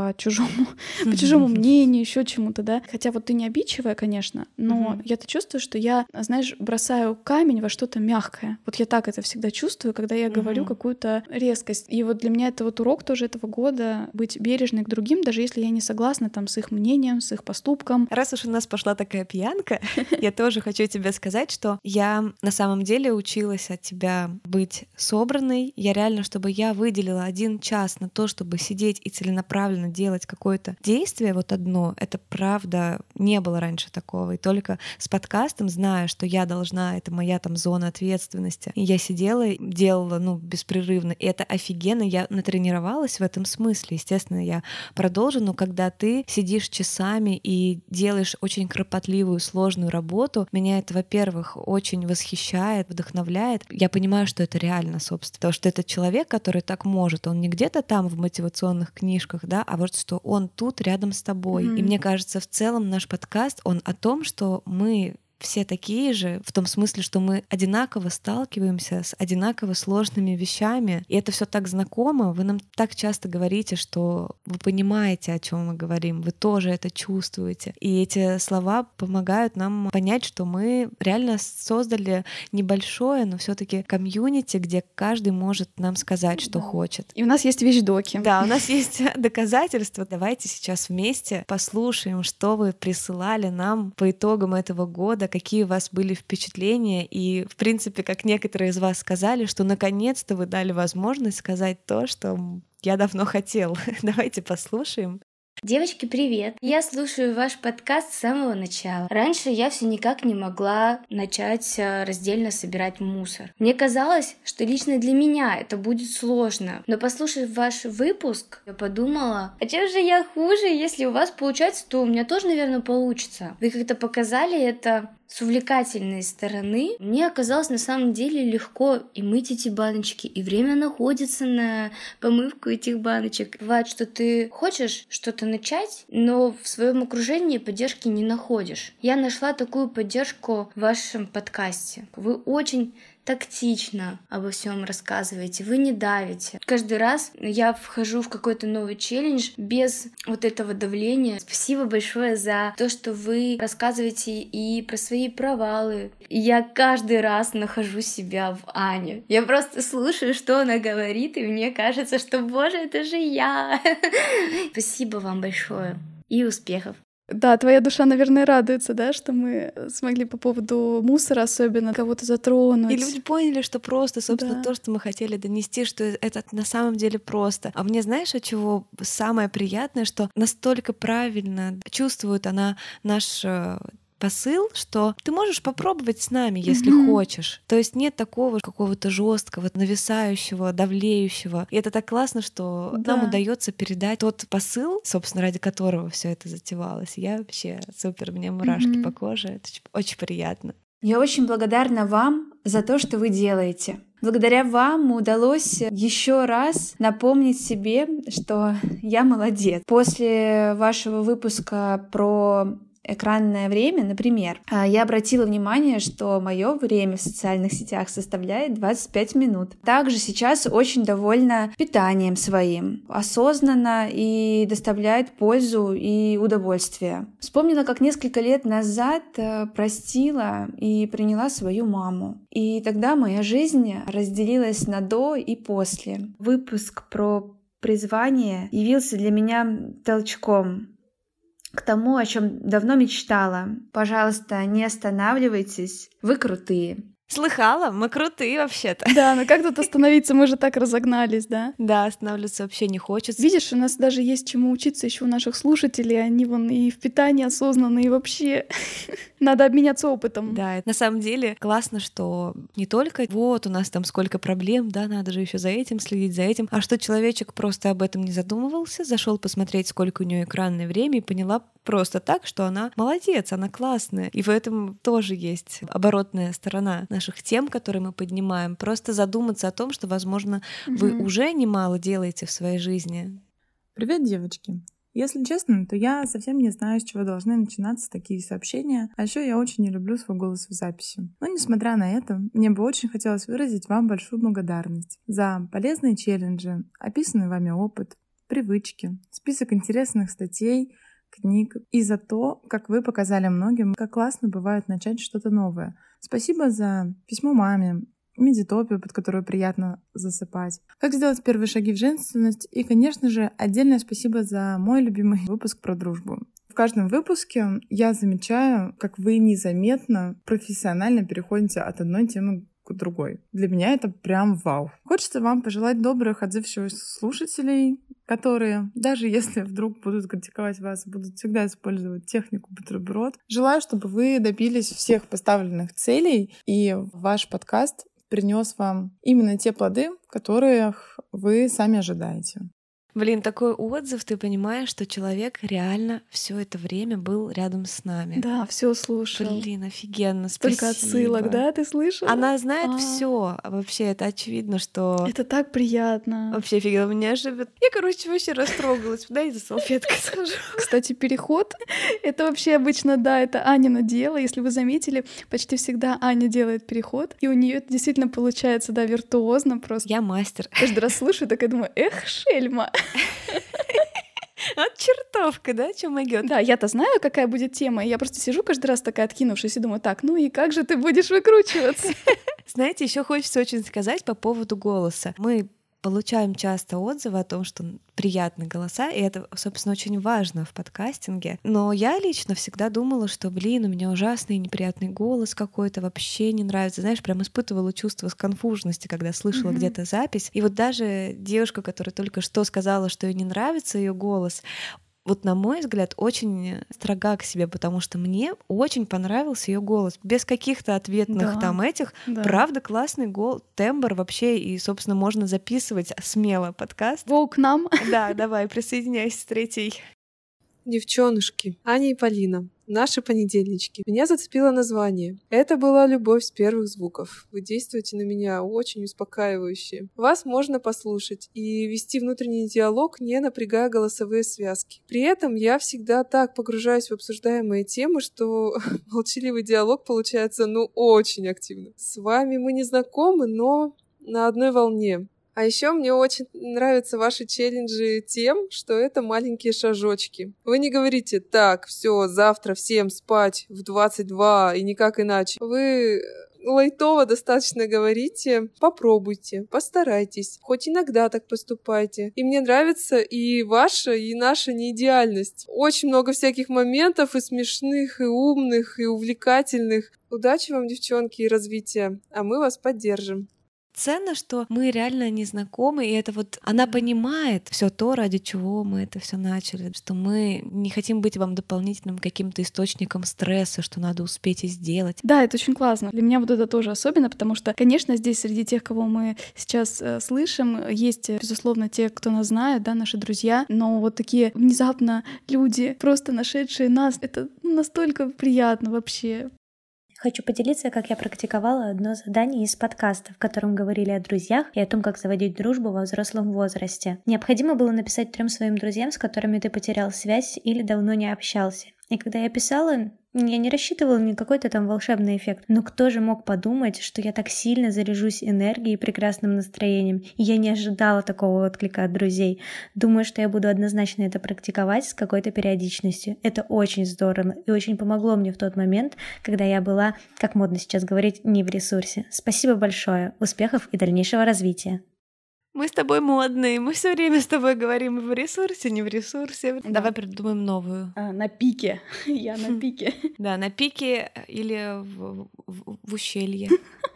по чужому, по чужому мнению, еще чему-то, да. Хотя вот ты не обидчивая, конечно, но я-то чувствую, что я, знаешь, бросаю камень во что-то мягкое. Вот я так это всегда чувствую, когда я говорю какую-то резкость. И вот для меня это вот урок тоже этого года — быть бережной к другим, даже если я не согласна там с их мнением, с их поступком. Раз уж у нас пошла такая пьянка, я тоже хочу тебе сказать, что я на самом деле училась от тебя быть собранной. Я реально, чтобы я выделила один час на то, чтобы сидеть и целенаправленно делать какое-то действие, вот одно, это правда не было раньше такого. И только с подкастом, зная, что я должна, это моя там зона ответственности, и я сидела и делала, ну, беспрерывно, и это офигенно, я натренировалась в этом смысле. Естественно, я продолжу, но когда ты сидишь часами и делаешь очень кропотливую, сложную работу, меня это, во-первых, очень восхищает, вдохновляет. Я понимаю, что это реально, собственно, потому что этот человек, который так может, он не где-то там в мотивационных книжках, да, а вот что он тут рядом с тобой. Mm-hmm. И мне кажется, в целом наш подкаст, он о том, что мы все такие же, в том смысле, что мы одинаково сталкиваемся с одинаково сложными вещами, и это все так знакомо. Вы нам так часто говорите, что вы понимаете, о чем мы говорим, вы тоже это чувствуете. И эти слова помогают нам понять, что мы реально создали небольшое, но все-таки комьюнити, где каждый может нам сказать, что да. хочет. И у нас есть вещдоки. Да, у нас есть доказательства. Давайте сейчас вместе послушаем, что вы присылали нам по итогам этого года, какие у вас были впечатления, и, в принципе, как некоторые из вас сказали, что наконец-то вы дали возможность сказать то, что я давно хотел. Давайте послушаем. Девочки, привет! Я слушаю ваш подкаст с самого начала. Раньше я все никак не могла начать раздельно собирать мусор. Мне казалось, что лично для меня это будет сложно. Но послушав ваш выпуск, я подумала, а чем же я хуже? Если у вас получается, то у меня тоже, наверное, получится. Вы как-то показали это с увлекательной стороны. Мне оказалось на самом деле легко и мыть эти баночки, и время находится на помывку этих баночек. Бывает, что ты хочешь что-то начать, но в своем окружении поддержки не находишь. Я нашла такую поддержку в вашем подкасте. Вы очень тактично обо всем рассказываете, вы не давите. Каждый раз я вхожу в какой-то новый челлендж без вот этого давления. Спасибо большое за то, что вы рассказываете и про свои провалы. И я каждый раз нахожу себя в Ане. Я просто слушаю, что она говорит, и мне кажется, что, боже, это же я. Спасибо вам большое и успехов. Да, твоя душа, наверное, радуется, да, что мы смогли по поводу мусора особенно кого-то затронуть. И люди поняли, что просто, собственно, да. то, что мы хотели донести, что это на самом деле просто. А мне, знаешь, от чего самое приятное, что настолько правильно чувствует она наш посыл, что ты можешь попробовать с нами, если mm-hmm. хочешь. То есть нет такого какого-то жесткого, нависающего, давлеющего. И это так классно, что да. нам удается передать тот посыл, собственно, ради которого все это затевалось. Я вообще супер, мне мурашки mm-hmm. по коже. Это очень приятно. Я очень благодарна вам за то, что вы делаете. Благодаря вам удалось еще раз напомнить себе, что я молодец. После вашего выпуска про экранное время, например, я обратила внимание, что мое время в социальных сетях составляет двадцать пять минут. Также сейчас очень довольна питанием своим, осознанно и доставляет пользу и удовольствие. Вспомнила, как несколько лет назад простила и приняла свою маму. И тогда моя жизнь разделилась на до и после. Выпуск про призвание явился для меня толчком к тому, о чем давно мечтала. Пожалуйста, не останавливайтесь, вы крутые. Слыхала? Мы крутые вообще-то. Да, но как тут остановиться? Мы же так разогнались, да? Да, останавливаться вообще не хочется. Видишь, у нас даже есть чему учиться еще у наших слушателей. Они вон и в питании осознанные, и вообще надо обменяться опытом. Да, на самом деле классно, что не только вот у нас там сколько проблем, да, надо же еще за этим следить, за этим, а что человечек просто об этом не задумывался, зашел посмотреть, сколько у нее экранное время, и поняла просто так, что она молодец, она классная. И в этом тоже есть оборотная сторона наших тем, которые мы поднимаем. Просто задуматься о том, что, возможно, mm-hmm. вы уже немало делаете в своей жизни. Привет, девочки! Если честно, то я совсем не знаю, с чего должны начинаться такие сообщения, а еще я очень не люблю свой голос в записи. Но несмотря на это, мне бы очень хотелось выразить вам большую благодарность за полезные челленджи, описанный вами опыт, привычки, список интересных статей, книг и за то, как вы показали многим, как классно бывает начать что-то новое. Спасибо за письмо маме, медитопию, под которую приятно засыпать, как сделать первые шаги в женственность и, конечно же, отдельное спасибо за мой любимый выпуск про дружбу. В каждом выпуске я замечаю, как вы незаметно, профессионально переходите от одной темы к другой. Для меня это прям вау. Хочется вам пожелать добрых, отзывчивых слушателей, которые, даже если вдруг будут критиковать вас, будут всегда использовать технику бутерброд. Желаю, чтобы вы добились всех поставленных целей, и ваш подкаст принес вам именно те плоды, которых вы сами ожидаете. Блин, такой отзыв, ты понимаешь, что человек реально все это время был рядом с нами. Да, все слушал. Блин, офигенно, спасибо. Столько отсылок, да, ты слышала? Она знает А. все. Вообще, это очевидно, что... Это так приятно. Вообще офигенно, меня живет. Я, короче, вообще растрогалась. Дай за салфеткой схожу. Кстати, переход — это вообще обычно, да, это Анино дело. Если вы заметили, почти всегда Аня делает переход, и у нее это действительно получается, да, виртуозно просто. Я мастер. Каждый раз слушаю, так я думаю, эх, шельма. Вот чертовка, да, чем могёт. Да, я-то знаю, какая будет тема, и я просто сижу каждый раз такая откинувшись и думаю, так, ну и как же ты будешь выкручиваться? Знаете, еще хочется очень сказать по поводу голоса. Мы получаем часто отзывы о том, что приятные голоса, и это, собственно, очень важно в подкастинге. Но я лично всегда думала, что, блин, у меня ужасный неприятный голос какой-то, вообще не нравится. Знаешь, прям испытывала чувство сконфуженности, когда слышала mm-hmm. где-то запись. И вот даже девушка, которая только что сказала, что ей не нравится ее голос, вот, на мой взгляд, очень строга к себе, потому что мне очень понравился ее голос. Без каких-то ответных да, там этих. Да. Правда, классный гол, тембр вообще. И, собственно, можно записывать смело подкаст. Воу, к нам. Да, давай, присоединяйся с третьей. Девчонушки, Аня и Полина, наши понедельнички. Меня зацепило название. Это была любовь с первых звуков. Вы действуете на меня очень успокаивающе. Вас можно послушать и вести внутренний диалог, не напрягая голосовые связки. При этом я всегда так погружаюсь в обсуждаемые темы, что молчаливый диалог получается ну очень активно. С вами мы не знакомы, но на одной волне. А еще мне очень нравятся ваши челленджи тем, что это маленькие шажочки. Вы не говорите: так, все, завтра всем спать в двадцать два и никак иначе. Вы лайтово достаточно говорите: попробуйте, постарайтесь, хоть иногда так поступайте. И мне нравится и ваша, и наша неидеальность. Очень много всяких моментов и смешных, и умных, и увлекательных. Удачи вам, девчонки, и развития, а мы вас поддержим. Ценно, что мы реально не знакомы, и это вот она понимает все то, ради чего мы это все начали, что мы не хотим быть вам дополнительным каким-то источником стресса, что надо успеть и сделать. Да, это очень классно. Для меня вот это тоже особенно, потому что, конечно, здесь среди тех, кого мы сейчас э, слышим, есть, безусловно, те, кто нас знает, да, наши друзья, но вот такие внезапно люди, просто нашедшие нас, это настолько приятно вообще. Хочу поделиться, как я практиковала одно задание из подкаста, в котором говорили о друзьях и о том, как заводить дружбу во взрослом возрасте. Необходимо было написать трем своим друзьям, с которыми ты потерял связь или давно не общался. И когда я писала, я не рассчитывала на какой-то там волшебный эффект. Но кто же мог подумать, что я так сильно заряжусь энергией и прекрасным настроением? И я не ожидала такого отклика от друзей. Думаю, что я буду однозначно это практиковать с какой-то периодичностью. Это очень здорово и очень помогло мне в тот момент, когда я была, как модно сейчас говорить, не в ресурсе. Спасибо большое. Успехов и дальнейшего развития. Мы с тобой модные, мы все время с тобой говорим в ресурсе, не в ресурсе. Да. Давай придумаем новую. А, на пике. Я на пике. Да, на пике или в, в, в ущелье.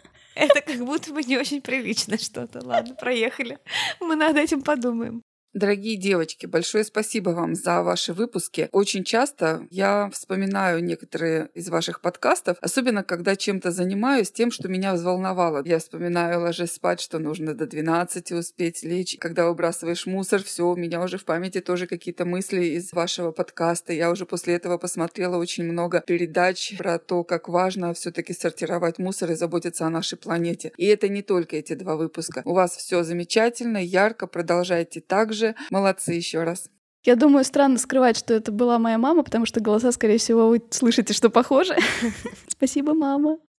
Это как будто бы не очень прилично что-то. Ладно, проехали. Мы над этим подумаем. Дорогие девочки, большое спасибо вам за ваши выпуски. Очень часто я вспоминаю некоторые из ваших подкастов, особенно когда чем-то занимаюсь, тем, что меня взволновало. Я вспоминаю «Ложись спать», что нужно до двенадцати успеть лечь. Когда выбрасываешь мусор, все, у меня уже в памяти тоже какие-то мысли из вашего подкаста. Я уже после этого посмотрела очень много передач про то, как важно все-таки сортировать мусор и заботиться о нашей планете. И это не только эти два выпуска. У вас все замечательно, ярко, продолжайте так же. Молодцы еще раз. Я думаю, странно скрывать, что это была моя мама, потому что голоса, скорее всего, вы слышите, что похожи. Спасибо, мама.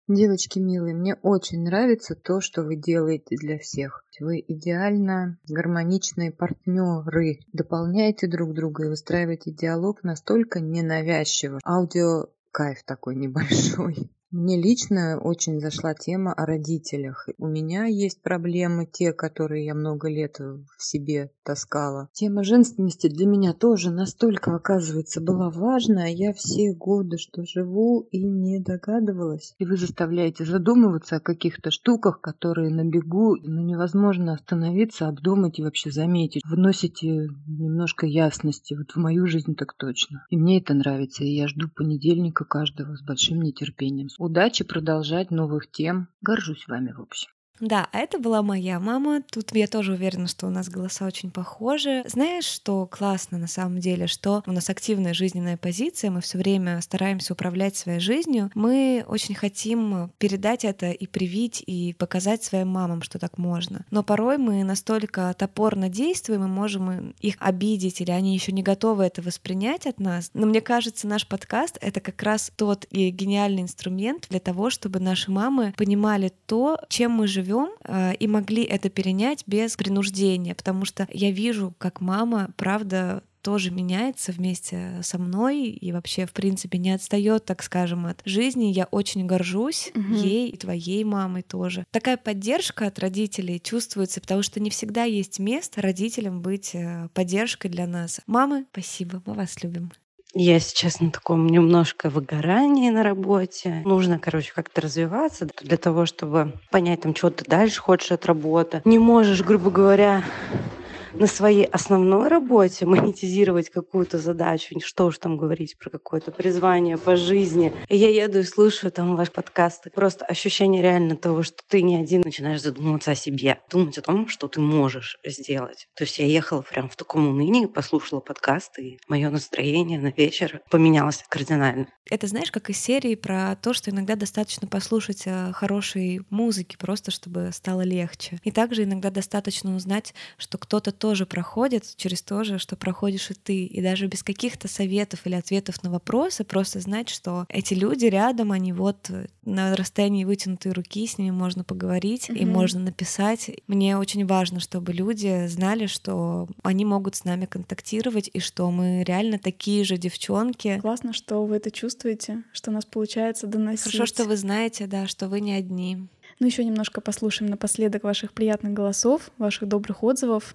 Девочки милые, мне очень нравится то, что вы делаете для всех. Вы идеально гармоничные партнеры, дополняете друг друга и выстраиваете диалог настолько ненавязчиво. Аудио кайф такой небольшой. Мне лично очень зашла тема о родителях. У меня есть проблемы, те, которые я много лет в себе таскала. Тема женственности для меня тоже настолько, оказывается, была важна. Я все годы, что живу, и не догадывалась. И вы заставляете задумываться о каких-то штуках, которые на бегу, ну, невозможно остановиться, обдумать и вообще заметить. Вносите немножко ясности. Вот в мою жизнь так точно. И мне это нравится, и я жду понедельника каждого с большим нетерпением. Удачи продолжать новых тем. Горжусь вами, в общем. Да, а это была моя мама. Тут я тоже уверена, что у нас голоса очень похожи. Знаешь, что классно на самом деле, что у нас активная жизненная позиция, мы все время стараемся управлять своей жизнью. Мы очень хотим передать это и привить, и показать своим мамам, что так можно. Но порой мы настолько топорно действуем, и можем их обидеть, или они еще не готовы это воспринять от нас. Но мне кажется, наш подкаст — это как раз тот и гениальный инструмент для того, чтобы наши мамы понимали то, чем мы живем, и могли это перенять без принуждения, потому что я вижу, как мама, правда, тоже меняется вместе со мной и вообще, в принципе, не отстает, так скажем, от жизни. Я очень горжусь угу. ей и твоей мамой тоже. Такая поддержка от родителей чувствуется, потому что не всегда есть место родителям быть поддержкой для нас. Мамы, спасибо, мы вас любим. Я сейчас на таком немножко выгорании на работе. Нужно, короче, как-то развиваться для того, чтобы понять, там, что ты дальше хочешь от работы. Не можешь, грубо говоря, на своей основной работе монетизировать какую-то задачу, что уж там говорить про какое-то призвание по жизни. И я еду и слушаю там ваш подкаст. Просто ощущение реально того, что ты не один, начинаешь задумываться о себе, думать о том, что ты можешь сделать. То есть я ехала прям в таком унынии, послушала подкаст, и мое настроение на вечер поменялось кардинально. Это, знаешь, как из серии про то, что иногда достаточно послушать хорошей музыки, просто чтобы стало легче. И также иногда достаточно узнать, что кто-то тоже проходит через то же, что проходишь и ты. И даже без каких-то советов или ответов на вопросы просто знать, что эти люди рядом, они вот на расстоянии вытянутой руки, с ними можно поговорить mm-hmm. и можно написать. Мне очень важно, чтобы люди знали, что они могут с нами контактировать и что мы реально такие же девчонки. Классно, что вы это чувствуете, что у нас получается доносить. Хорошо, что вы знаете, да, что вы не одни. Ну еще немножко послушаем напоследок ваших приятных голосов, ваших добрых отзывов.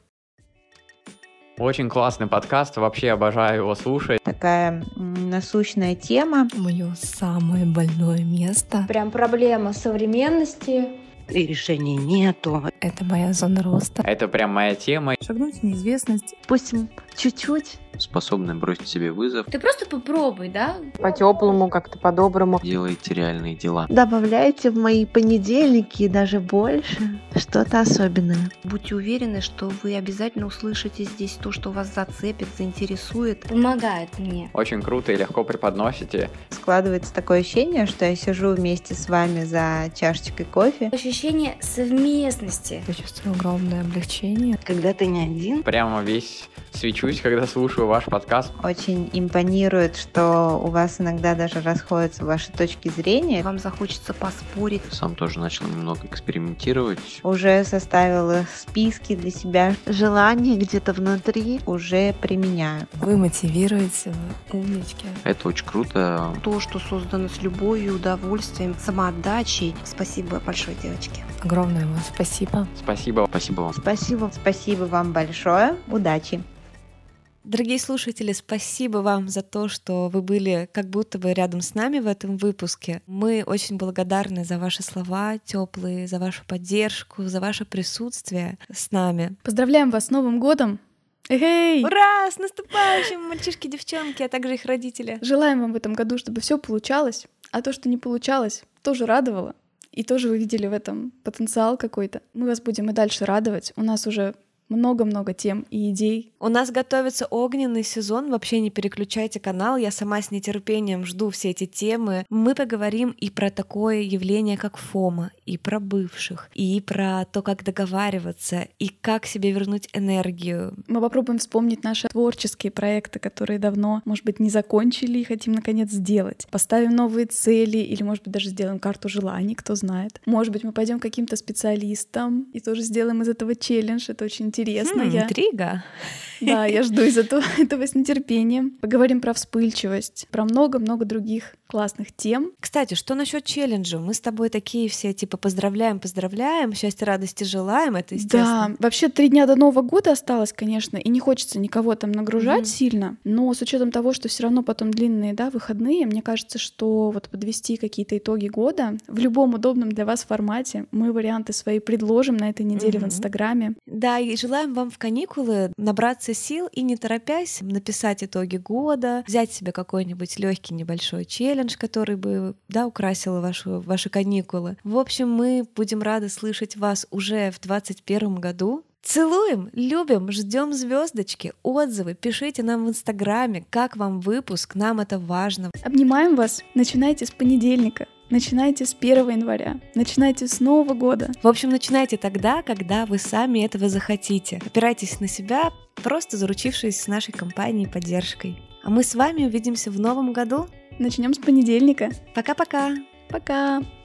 Очень классный подкаст, вообще обожаю его слушать. Такая насущная тема. Моё самое больное место. Прям проблема современности. И решения нету. Это моя зона роста. Это прям моя тема. Шагнуть в неизвестность. Пусть чуть-чуть. Способны бросить себе вызов. Ты просто попробуй, да? По-теплому, как-то по-доброму. Делайте реальные дела. Добавляйте в мои понедельники и даже больше что-то особенное. Будьте уверены, что вы обязательно услышите здесь то, что вас зацепит, заинтересует. Помогает мне. Очень круто и легко преподносите. Складывается такое ощущение, что я сижу вместе с вами за чашечкой кофе. Ощущение совместности. Я чувствую огромное облегчение. Когда ты не один. Прямо весь свечусь, когда слушаю ваш подкаст. Очень импонирует, что у вас иногда даже расходятся ваши точки зрения. Вам захочется поспорить. Сам тоже начал немного экспериментировать. Уже составила списки для себя. Желания где-то внутри уже применяю. Вы мотивируете, вы умнички. Это очень круто. То, что создано с любовью, удовольствием, самоотдачей. Спасибо большое, девочки. Огромное вам спасибо. Спасибо. Спасибо вам. Спасибо. Спасибо вам большое. Удачи. Дорогие слушатели, спасибо вам за то, что вы были как будто бы рядом с нами в этом выпуске. Мы очень благодарны за ваши слова теплые, за вашу поддержку, за ваше присутствие с нами. Поздравляем вас с Новым годом! Эй! Ура! С наступающим, мальчишки, девчонки, а также их родители. Желаем вам в этом году, чтобы все получалось, а то, что не получалось, тоже радовало. И тоже вы видели в этом потенциал какой-то. Мы вас будем и дальше радовать. У нас уже много-много тем и идей. У нас готовится огненный сезон, вообще не переключайте канал, я сама с нетерпением жду все эти темы. Мы поговорим и про такое явление, как фома, и про бывших, и про то, как договариваться, и как себе вернуть энергию. Мы попробуем вспомнить наши творческие проекты, которые давно, может быть, не закончили и хотим наконец сделать. Поставим новые цели или, может быть, даже сделаем карту желаний, кто знает. Может быть, мы пойдем к каким-то специалистам и тоже сделаем из этого челлендж. Это очень интересно. Хм, я... Интрига. Да, я жду из этого, этого с нетерпением. Поговорим про вспыльчивость, про много-много других классных тем. Кстати, что насчет челленджа? Мы с тобой такие все, типа, поздравляем, поздравляем, счастья, радости желаем, это естественно. Да, вообще три дня до Нового года осталось, конечно, и не хочется никого там нагружать mm-hmm. сильно, но с учетом того, что все равно потом длинные, да, выходные, мне кажется, что вот подвести какие-то итоги года в любом удобном для вас формате, мы варианты свои предложим на этой неделе mm-hmm. в Инстаграме. Да, и желаем вам в каникулы набраться сил и, не торопясь, написать итоги года, взять себе какой-нибудь легкий небольшой челлендж, который бы, да, украсил вашу, ваши каникулы. В общем, мы будем рады слышать вас уже в двадцать первом году. Целуем, любим, ждем звездочки, отзывы, пишите нам в Инстаграме, как вам выпуск, нам это важно. Обнимаем вас, начинайте с понедельника. Начинайте с первого января, начинайте с Нового года. В общем, начинайте тогда, когда вы сами этого захотите. Опирайтесь на себя, просто заручившись с нашей компанией поддержкой. А мы с вами увидимся в новом году. Начнем с понедельника. Пока-пока. Пока.